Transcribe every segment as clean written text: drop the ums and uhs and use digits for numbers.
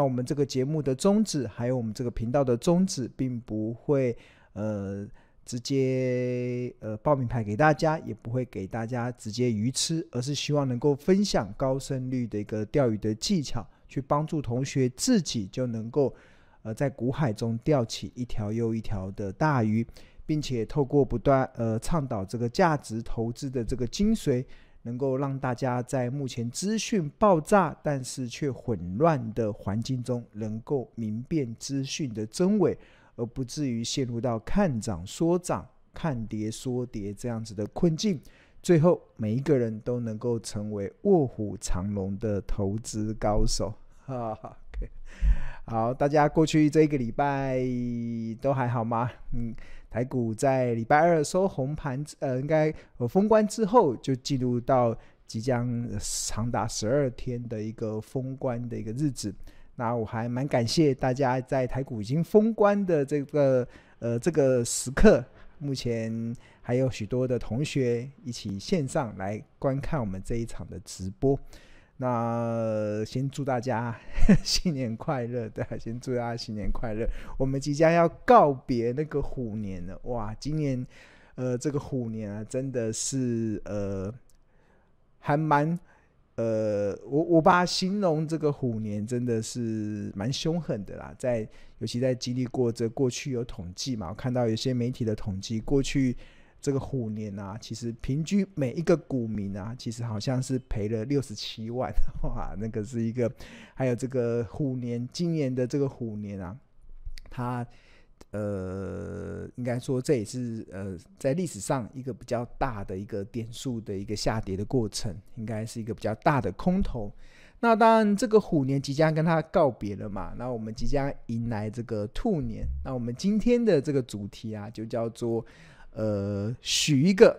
那我们这个节目的宗旨还有我们这个频道的宗旨并不会直接报名牌给大家，也不会给大家直接鱼吃，而是希望能够分享高胜率的一个钓鱼的技巧，去帮助同学自己就能够在股海中钓起一条又一条的大鱼，并且透过不断倡导这个价值投资的这个精髓，能够让大家在目前资讯爆炸但是却混乱的环境中，能够明辨资讯的真伪，而不至于陷入到看涨说涨、看跌说跌这样子的困境。最后每一个人都能够成为卧虎藏龙的投资高手。okay. 好，大家过去这一个礼拜都还好吗？台股在礼拜二收红盘，应该封关之后就进入到即将长达12天的一个封关的一个日子。那我还蛮感谢大家在台股已经封关的这个时刻，目前还有许多的同学一起线上来观看我们这一场的直播。那先祝大家新年快乐，对，先祝大家新年快乐。我们即将要告别那个虎年了，哇，今年这个虎年啊，真的是还蛮我把它形容这个虎年真的是蛮凶狠的啦，尤其在经历过这过去有统计嘛，我看到有些媒体的统计，过去这个虎年啊，其实平均每一个股民啊，其实好像是赔了67万，哇，那个是一个。还有这个虎年，今年的这个虎年啊，它应该说这也是在历史上一个比较大的一个点数的一个下跌的过程，应该是一个比较大的空头。那当然这个虎年即将跟它告别了嘛，那我们即将迎来这个兔年。那我们今天的这个主题啊，就叫做许一个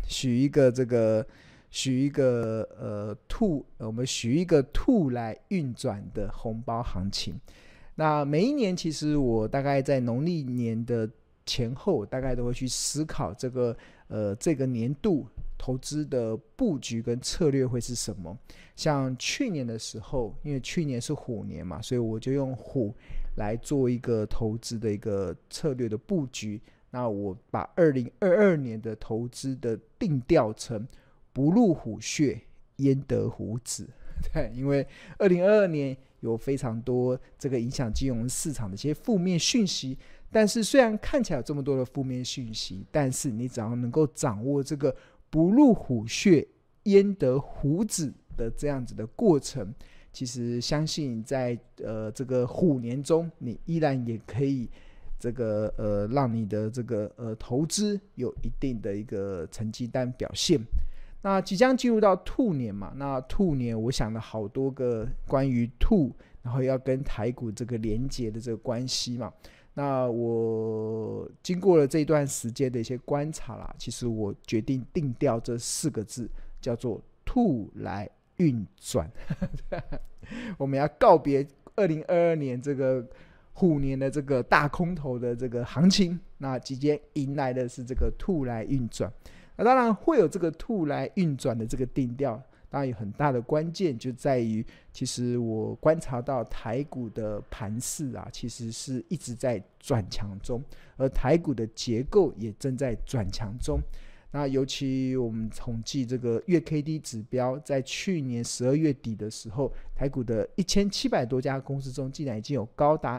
兔，我们许一个兔来运转的红包行情。那每一年其实我大概在农历年的前后，大概都会去思考这个年度投资的布局跟策略会是什么。像去年的时候，因为去年是虎年嘛，所以我就用虎来做一个投资的一个策略的布局。那我把2022年的投资的定调成不入虎穴焉得虎子。对，因为2022年有非常多这个影响金融市场的一些负面讯息，但是虽然看起来有这么多的负面讯息，但是你只要能够掌握这个不入虎穴焉得虎子的这样子的过程，其实相信在这个虎年中，你依然也可以这个让你的这个投资有一定的一个成绩单表现。那即将进入到兔年嘛，那兔年我想了好多个关于兔，然后要跟台股这个连结的这个关系嘛。那我经过了这一段时间的一些观察啦，其实我决定定调这4个字，叫做兔来运转。我们要告别2022年这个虎年的这个大空头的这个行情，那即将迎来的是这个兔来运转。那当然会有这个兔来运转的这个定调，当然有很大的关键就在于，其实我观察到台股的盘势啊，其实是一直在转强中，而台股的结构也正在转强中。那尤其我们统计这个月 KD 指标，在去年12月底的时候，台股的1700多家公司中，竟然已经有高达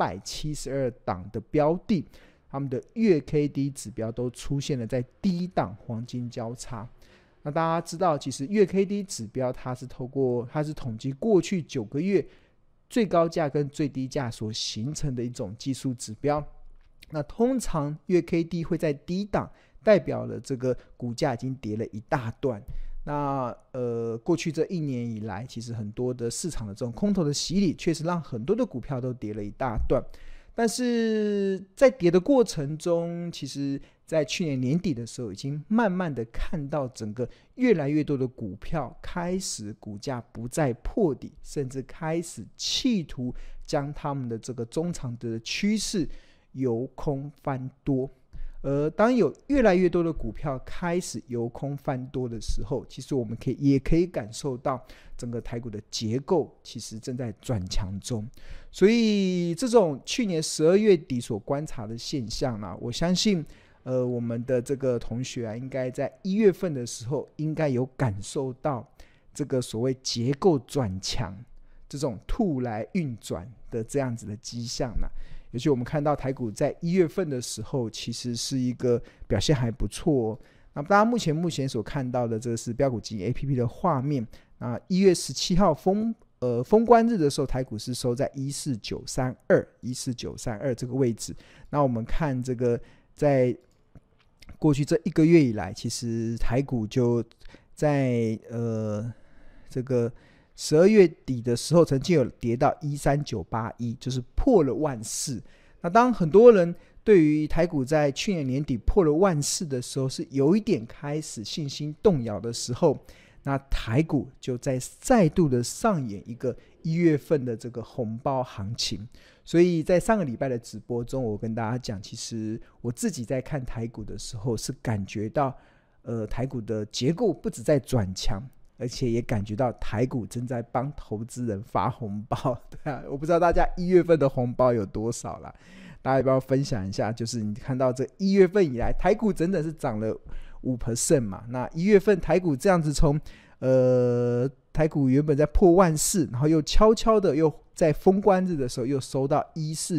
272档的标的，他们的月 KD 指标都出现了在低档黄金交叉。那大家知道，其实月 KD 指标它是统计过去9个月最高价跟最低价所形成的一种技术指标。那通常月 KD 会在低档，代表了这个股价已经跌了一大段。那过去这1年以来，其实很多的市场的这种空头的洗礼，确实让很多的股票都跌了一大段。但是在跌的过程中，其实在去年年底的时候，已经慢慢的看到整个越来越多的股票开始股价不再破底，甚至开始企图将他们的这个中长的趋势由空翻多。 当有越来越多的股票开始由空翻多的时候，其实我们也可以感受到整个台股的结构其实正在转强中。所以这种去年12月底所观察的现象啊，我相信我们的这个同学啊，应该在1月份的时候应该有感受到这个所谓结构转强这种兔来运转的这样子的迹象啦。尤其我们看到台股在1月份的时候其实是一个表现还不错哦。那大家目前所看到的这个是标股基金 APP 的画面。那1月17号封关日的时候，台股是收在14932这个位置。那我们看这个在过去这1个月以来，其实台股就在这个12月底的时候曾经有跌到13981，就是破了14000。那当很多人对于台股在去年年底破了14000的时候是有一点开始信心动摇的时候，那台股就再度的上演一个1月份的这个红包行情。所以在上个礼拜的直播中，我跟大家讲，其实我自己在看台股的时候是感觉到台股的结构不止在转强，而且也感觉到台股正在帮投资人发红包。对啊，我不知道大家1月份的红包有多少啦，大家要不要分享一下？就是你看到这1月份以来台股整整是涨了 5% 嘛。那1月份台股这样子从台股原本在破14000，然后又悄悄的又在封关日的时候又收到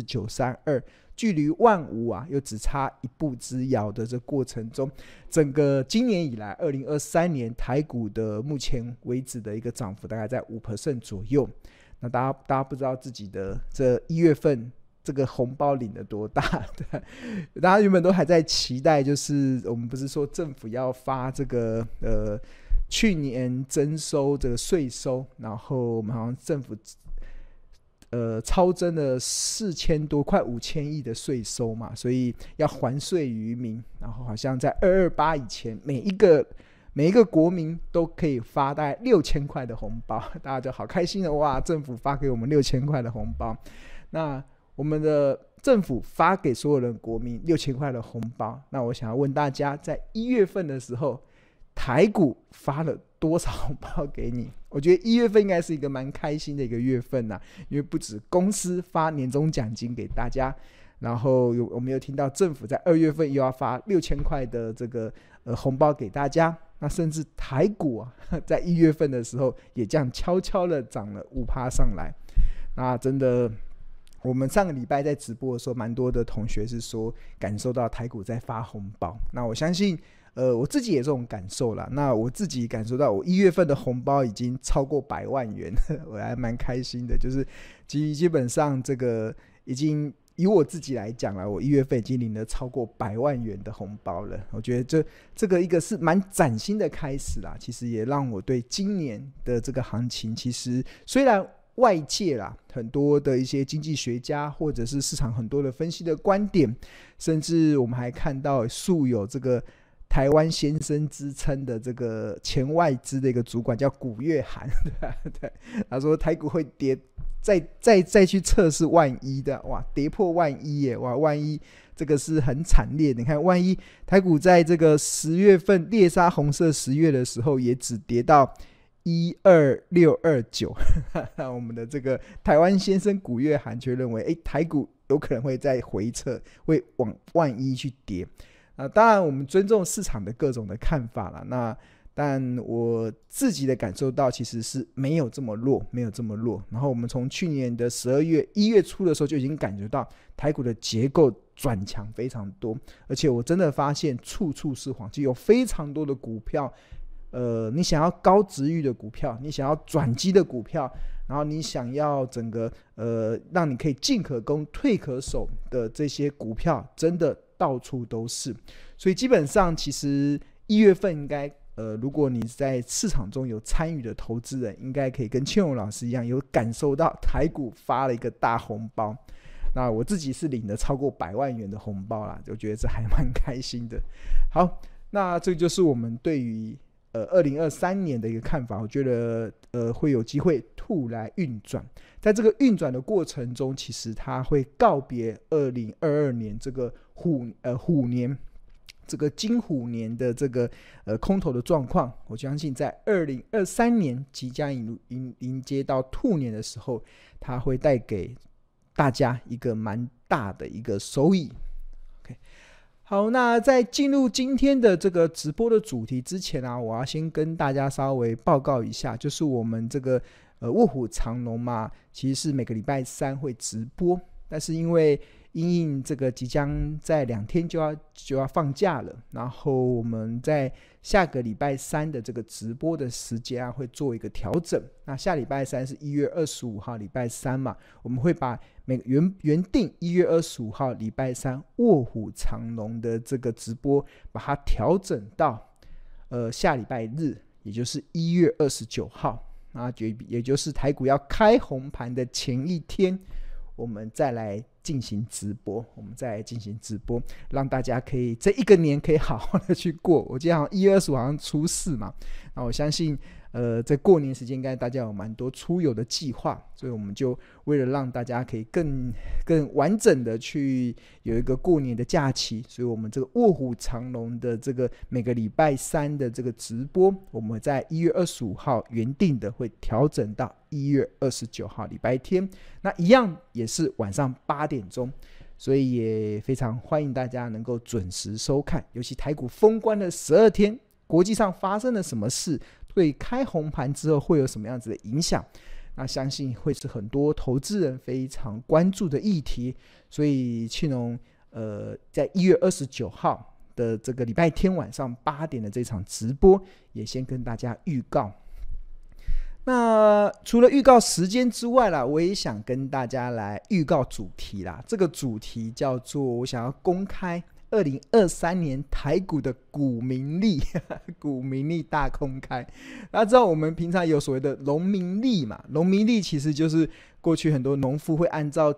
14932，距离15000啊又只差一步之遥的这过程中，整个今年以来2023年台股的目前为止的一个涨幅大概在 5% 左右。那大家不知道自己的这1月份这个红包领了多大？对，大家原本都还在期待，就是我们不是说政府要发这个去年征收这个税收，然后我们好像政府超征了4000多快5000亿的税收嘛，所以要还税于民，然后好像在228以前每一个国民都可以发大概6000块的红包，大家就好开心的，哇，政府发给我们6000块的红包。那我们的政府发给所有人国民6000块的红包，那我想要问大家，在1月份的时候台股发了多少红包给你？我觉得1月份应该是一个蛮开心的一个月份啊，因为不止公司发年终奖金给大家，然后我们有听到政府在2月份又要发6000块的这个红包给大家。那甚至台股啊，在1月份的时候也这样悄悄的涨了 5% 上来。那真的我们上个礼拜在直播的时候，蛮多的同学是说感受到台股在发红包。那我相信我自己也有这种感受啦。那我自己感受到我1月份的红包已经超过100万元，我还蛮开心的。就是基本上这个已经以我自己来讲啦，我1月份已经领了超过100万元的红包了。我觉得这个一个是蛮崭新的开始啦，其实也让我对今年的这个行情，其实虽然外界啦很多的一些经济学家或者是市场很多的分析的观点，甚至我们还看到素有这个台湾先生之称的这个前外资的一个主管叫古月涵，对，他说台股会跌，再去测试11000的，哇，跌破11000耶，哇，11000这个是很惨烈的。你看11000台股在这个10月份猎杀红色10月的时候也只跌到12629，那我们的这个台湾先生古月涵却认为台股有可能会再回撤，会往11000去跌。当然我们尊重市场的各种的看法啦，那但我自己的感受到其实是没有这么弱。然后我们从去年的12月1月初的时候就已经感觉到台股的结构转强非常多，而且我真的发现处处是黄金，有非常多的股票，你想要高殖率的股票，你想要转机的股票，然后你想要整个让你可以进可攻退可守的这些股票，真的到处都是。所以基本上其实1月份应该如果你在市场中有参与的投资人，应该可以跟庆荣老师一样有感受到台股发了一个大红包。那我自己是领了超过100万元的红包啦，我觉得这还蛮开心的。好，那这就是我们对于2023年的一个看法。我觉得会有机会兔来运转，在这个运转的过程中，其实它会告别2022年这个虎年这个金虎年的这个空头的状况，我相信在2023年即将迎接到兔年的时候，它会带给大家一个蛮大的一个收益。OK， 好，那在进入今天的这个直播的主题之前啊，我要先跟大家稍微报告一下，就是我们这个卧虎藏龙嘛，其实是每个礼拜三会直播，但是因为因应这个即将在2天就要放假了，然后我们在下个礼拜三的这个直播的时间啊会做一个调整。那下礼拜三是1月25号礼拜三嘛，我们会把原定1月25号礼拜三卧虎藏龙的这个直播把它调整到下礼拜日，也就是1月29号，那也就是台股要开红盘的前一天，我们再来进行直播，让大家可以这一个年可以好好的去过。我记得好像1月25好像初4嘛，那我相信在过年时间应该大家有蛮多出游的计划，所以我们就为了让大家可以更完整的去有一个过年的假期，所以我们这个卧虎藏龙的这个每个礼拜三的这个直播，我们在1月25号原定的会调整到1月29号礼拜天，那一样也是晚上8点钟，所以也非常欢迎大家能够准时收看。尤其台股封关的12天，国际上发生了什么事，对开红盘之后会有什么样子的影响，那相信会是很多投资人非常关注的议题。所以庆农在1月29号的这个礼拜天晚上8点的这场直播也先跟大家预告。那除了预告时间之外啦，我也想跟大家来预告主题啦。这个主题叫做我想要公开2023年台股的股民历股民历大公开。大家知道我们平常有所谓的农民历嘛，农民历其实就是过去很多农夫会按照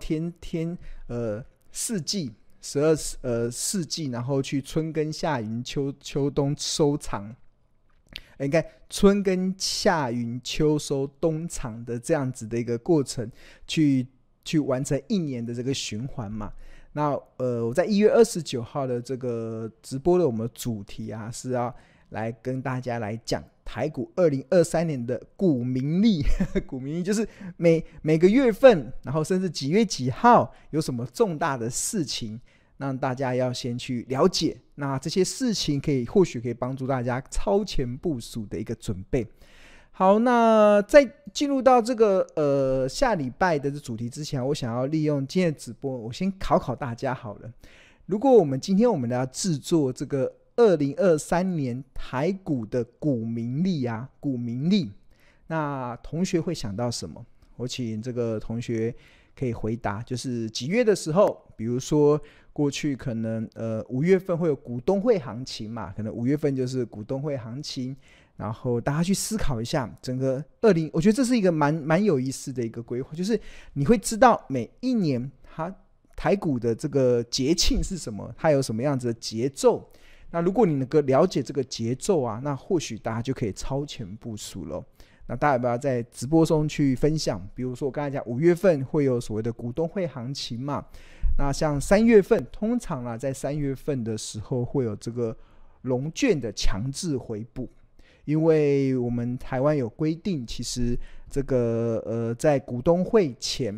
四季12四季，然后去春耕夏耘秋冬收藏，应该春耕夏耘秋收冬藏的这样子的一个过程，去完成一年的这个循环嘛。那我在1月29号的这个直播的我们的主题啊，是要来跟大家来讲台股2023年的股民历股民历就是每个月份，然后甚至几月几号有什么重大的事情，让大家要先去了解，那这些事情或许可以帮助大家超前部署的一个准备。好，那在进入到这个下礼拜的主题之前，我想要利用今天的直播，我先考大家好了。如果今天我们要制作这个2023年台股的股民历啊，股民历，那同学会想到什么？我请这个同学可以回答，就是几月的时候，比如说过去可能5月份会有股东会行情嘛，可能5月份就是股东会行情，然后大家去思考一下整个我觉得这是一个蛮有意思的一个规划，就是你会知道每一年它台股的这个节庆是什么，它有什么样子的节奏。那如果你能够了解这个节奏啊，那或许大家就可以超前部署了。那大家要不要在直播中去分享？比如说我刚才讲5月份会有所谓的股东会行情嘛，那像3月份，通常啦，在3月份的时候会有这个融券的强制回补，因为我们台湾有规定，其实这个在股东会前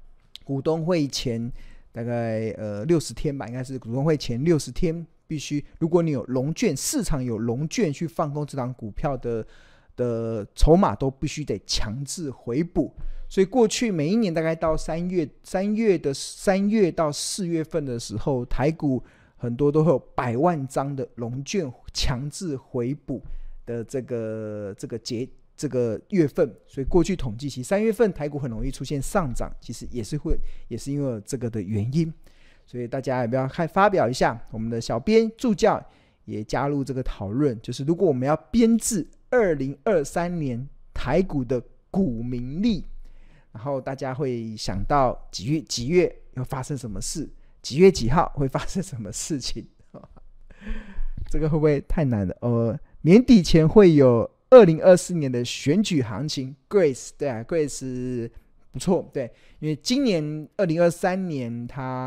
大概60天吧，应该是股东会前60天必须，如果你有融券，市场有融券去放空这档股票的筹码都必须得强制回补。所以过去每一年大概到3月到4月份的时候，台股很多都会有100万张的融券强制回补的这个月份。所以过去统计其实3月份台股很容易出现上涨，其实也是因为这个的原因。所以大家要不要发表一下，我们的小编助教也加入这个讨论，就是如果我们要编制2023年台股的股民历，然后大家会想到几月要发生什么事，几月几号会发生什么事情这个会不会太难了？年底前会有2024年的选举行情 Grace， 对啊 Grace 不错，对，因为今年2023年它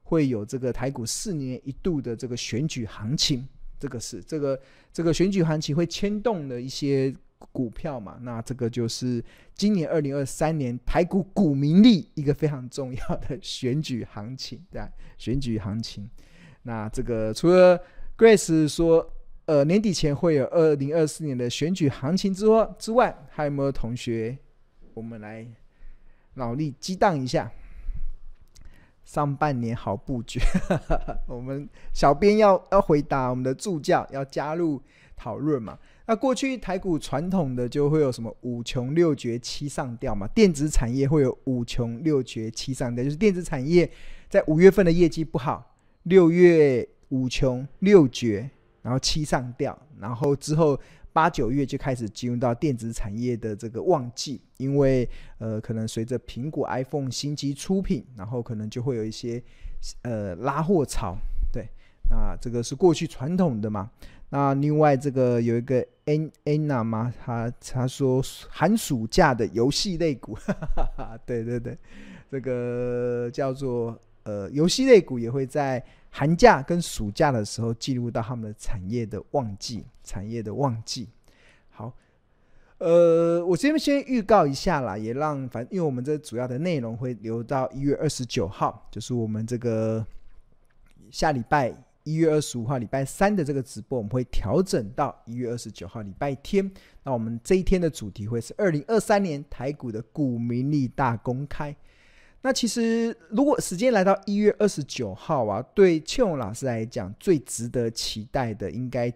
会有这个台股4年一度的这个选举行情，这个选举行情会牵动的一些股票嘛，那这个就是今年2023年台股股民力一个非常重要的选举行情，对吧？选举行情，那这个除了 Grace 说年底前会有2024年的选举行情之外，还有没有同学我们来脑力激荡一下？上半年好布局我们小编要回答，我们的助教要加入讨论嘛。那过去台股传统的就会有什么五穷六绝七上吊嘛，电子产业会有五穷六绝七上吊，就是电子产业在5月份的业绩不好，6月五穷六绝，然后七上吊，然后之后8、9月就开始进入到电子产业的这个旺季，因为可能随着苹果 iPhone 新机出品，然后可能就会有一些拉货潮，对，那这个是过去传统的嘛。那另外这个有一个 Anna 嘛，他说寒暑假的游戏类股对对对，这个叫做游戏类股也会在寒假跟暑假的时候进入到他们的产业的旺季。好，我这边先预告一下啦，也让因为我们这主要的内容会留到1月29号，就是我们这个下礼拜1月25号礼拜三的这个直播，我们会调整到1月29号礼拜天。那我们这一天的主题会是2023年台股的股民力大公开。那其实如果时间来到1月29号啊，对庆荣老师来讲最值得期待的应该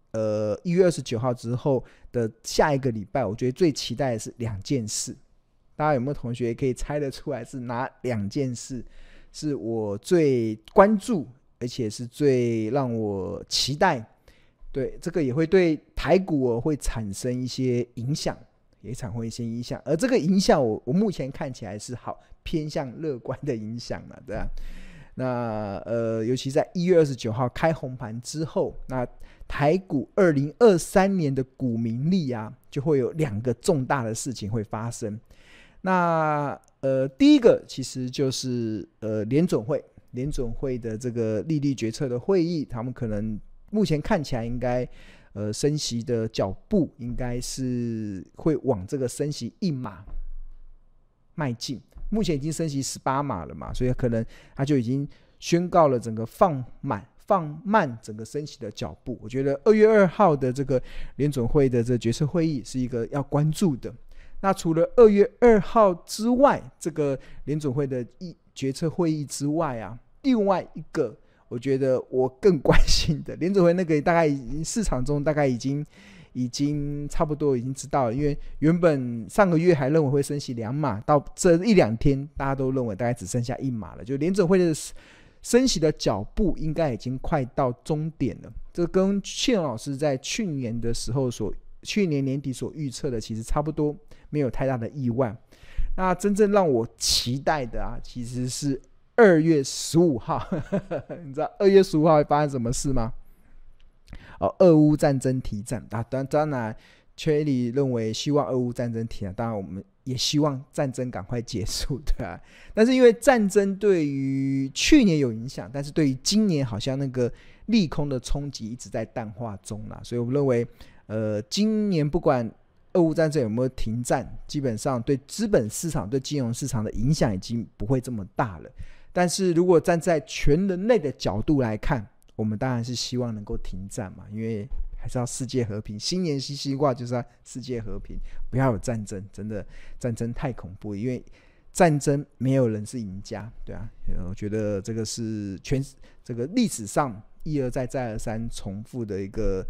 1月29号之后的下一个礼拜，我觉得最期待的是2件事。大家有没有同学可以猜得出来是哪2件事是我最关注而且是最让我期待？对，这个也会对台股会产生一些影响，而这个影响我目前看起来是好偏向乐观的影响了，对吧？那尤其在1月29号开红盘之后，那台股2023年的股民力啊，就会有2个重大的事情会发生。那第一个其实就是联准会的这个利率决策的会议，他们可能目前看起来应该升息的脚步应该是会往这个升息1码迈进。目前已经升息18码了嘛，所以可能他就已经宣告了整个放慢整个升息的脚步。我觉得2月2号的这个联准会的这决策会议是一个要关注的。那除了2月2号之外，这个联准会的决策会议之外啊，另外一个我觉得我更关心的，联准会那个大概市场中大概已经差不多已经知道了，因为原本上个月还认为会升息2码，到这1-2天大家都认为大概只剩下1码了，就联准会的升息的脚步应该已经快到终点了。这跟庆荣老师在去年年底所预测的其实差不多，没有太大的意外。那真正让我期待的啊，其实是2月15号你知道2月15号会发生什么事吗？俄乌战争提战当然Cherry 认为希望俄乌战争提战，当然我们也希望战争赶快结束，对啊。但是因为战争对于去年有影响，但是对于今年好像那个利空的冲击一直在淡化中啦，所以我们认为今年不管俄乌战争有没有停战，基本上对资本市场对金融市场的影响已经不会这么大了。但是如果站在全人类的角度来看，我们当然是希望能够停战嘛，因为还是要世界和平，新年新希望就是要世界和平，不要有战争，真的战争太恐怖，因为战争没有人是赢家，对啊。我觉得这个是这个历史上一而再再而三重复的一个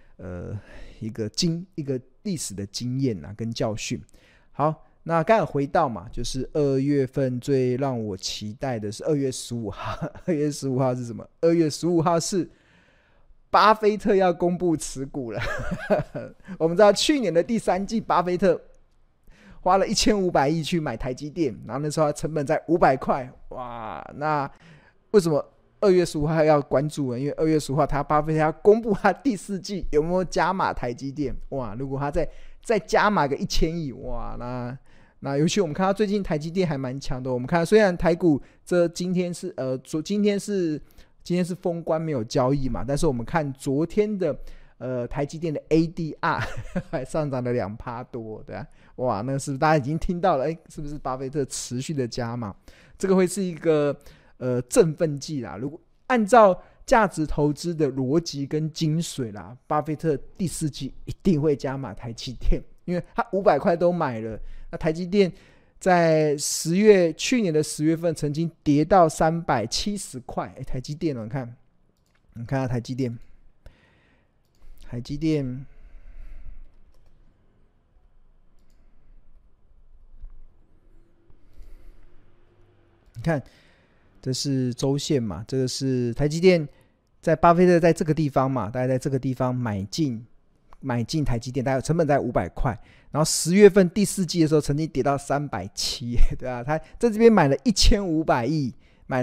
历史的经验啊跟教训。好，那刚才回到嘛，就是2月份最让我期待的是2月15号。2月15号是什么？2月15号是巴菲特要公布持股了。我们知道去年的第3季，巴菲特花了1500亿去买台积电，然后那时候成本在500块，哇！那为什么2月15号要关注呢？因为2月15号巴菲特要公布他第4季有没有加码台积电，哇！如果他再加码个1000亿，哇！ 那尤其我们看到最近台积电还蛮强的，我们看虽然台股今天是封关没有交易嘛，但是我们看昨天的台积电的 ADR 还上涨了2%多，对啊，哇，那是不是大家已经听到了？是不是巴菲特持续的加码？这个会是一个振奋剂啦。如果按照价值投资的逻辑跟精髓啦，巴菲特第4季一定会加码台积电，因为他500块都买了。那台积电在去年的10月份曾经跌到370块，台积电你看下台积电，你看这是周线嘛，这个是台积电在巴菲特在这个地方嘛，大概在这个地方买进台积电，大概成本在500块，然后10月份第4季的时候曾经跌到370，对啊，他在这边买了1500亿，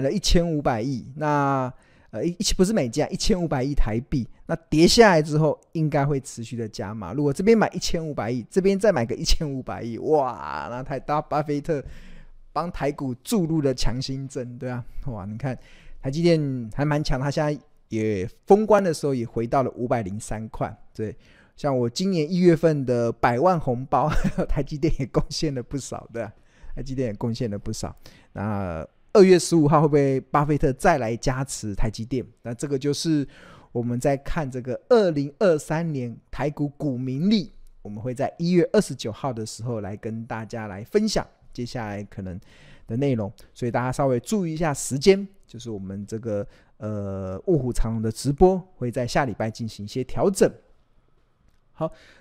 那不是美金，1500亿台币，那跌下来之后应该会持续的加码。如果这边买1500亿，这边再买个1500亿，哇，那巴菲特帮台股注入了强心针，对啊，哇，你看台积电还蛮强，他现在也封关的时候也回到了503块，对。像我今年1月份的100万红包，台积电也贡献了不少，对啊，台积电也贡献了不少。那2月15号会不会巴菲特再来加持台积电？那这个就是我们在看这个2023年台股股民历，我们会在1月29号的时候来跟大家来分享接下来可能的内容，所以大家稍微注意一下时间，就是我们这个卧虎藏龙的直播会在下礼拜进行一些调整。好，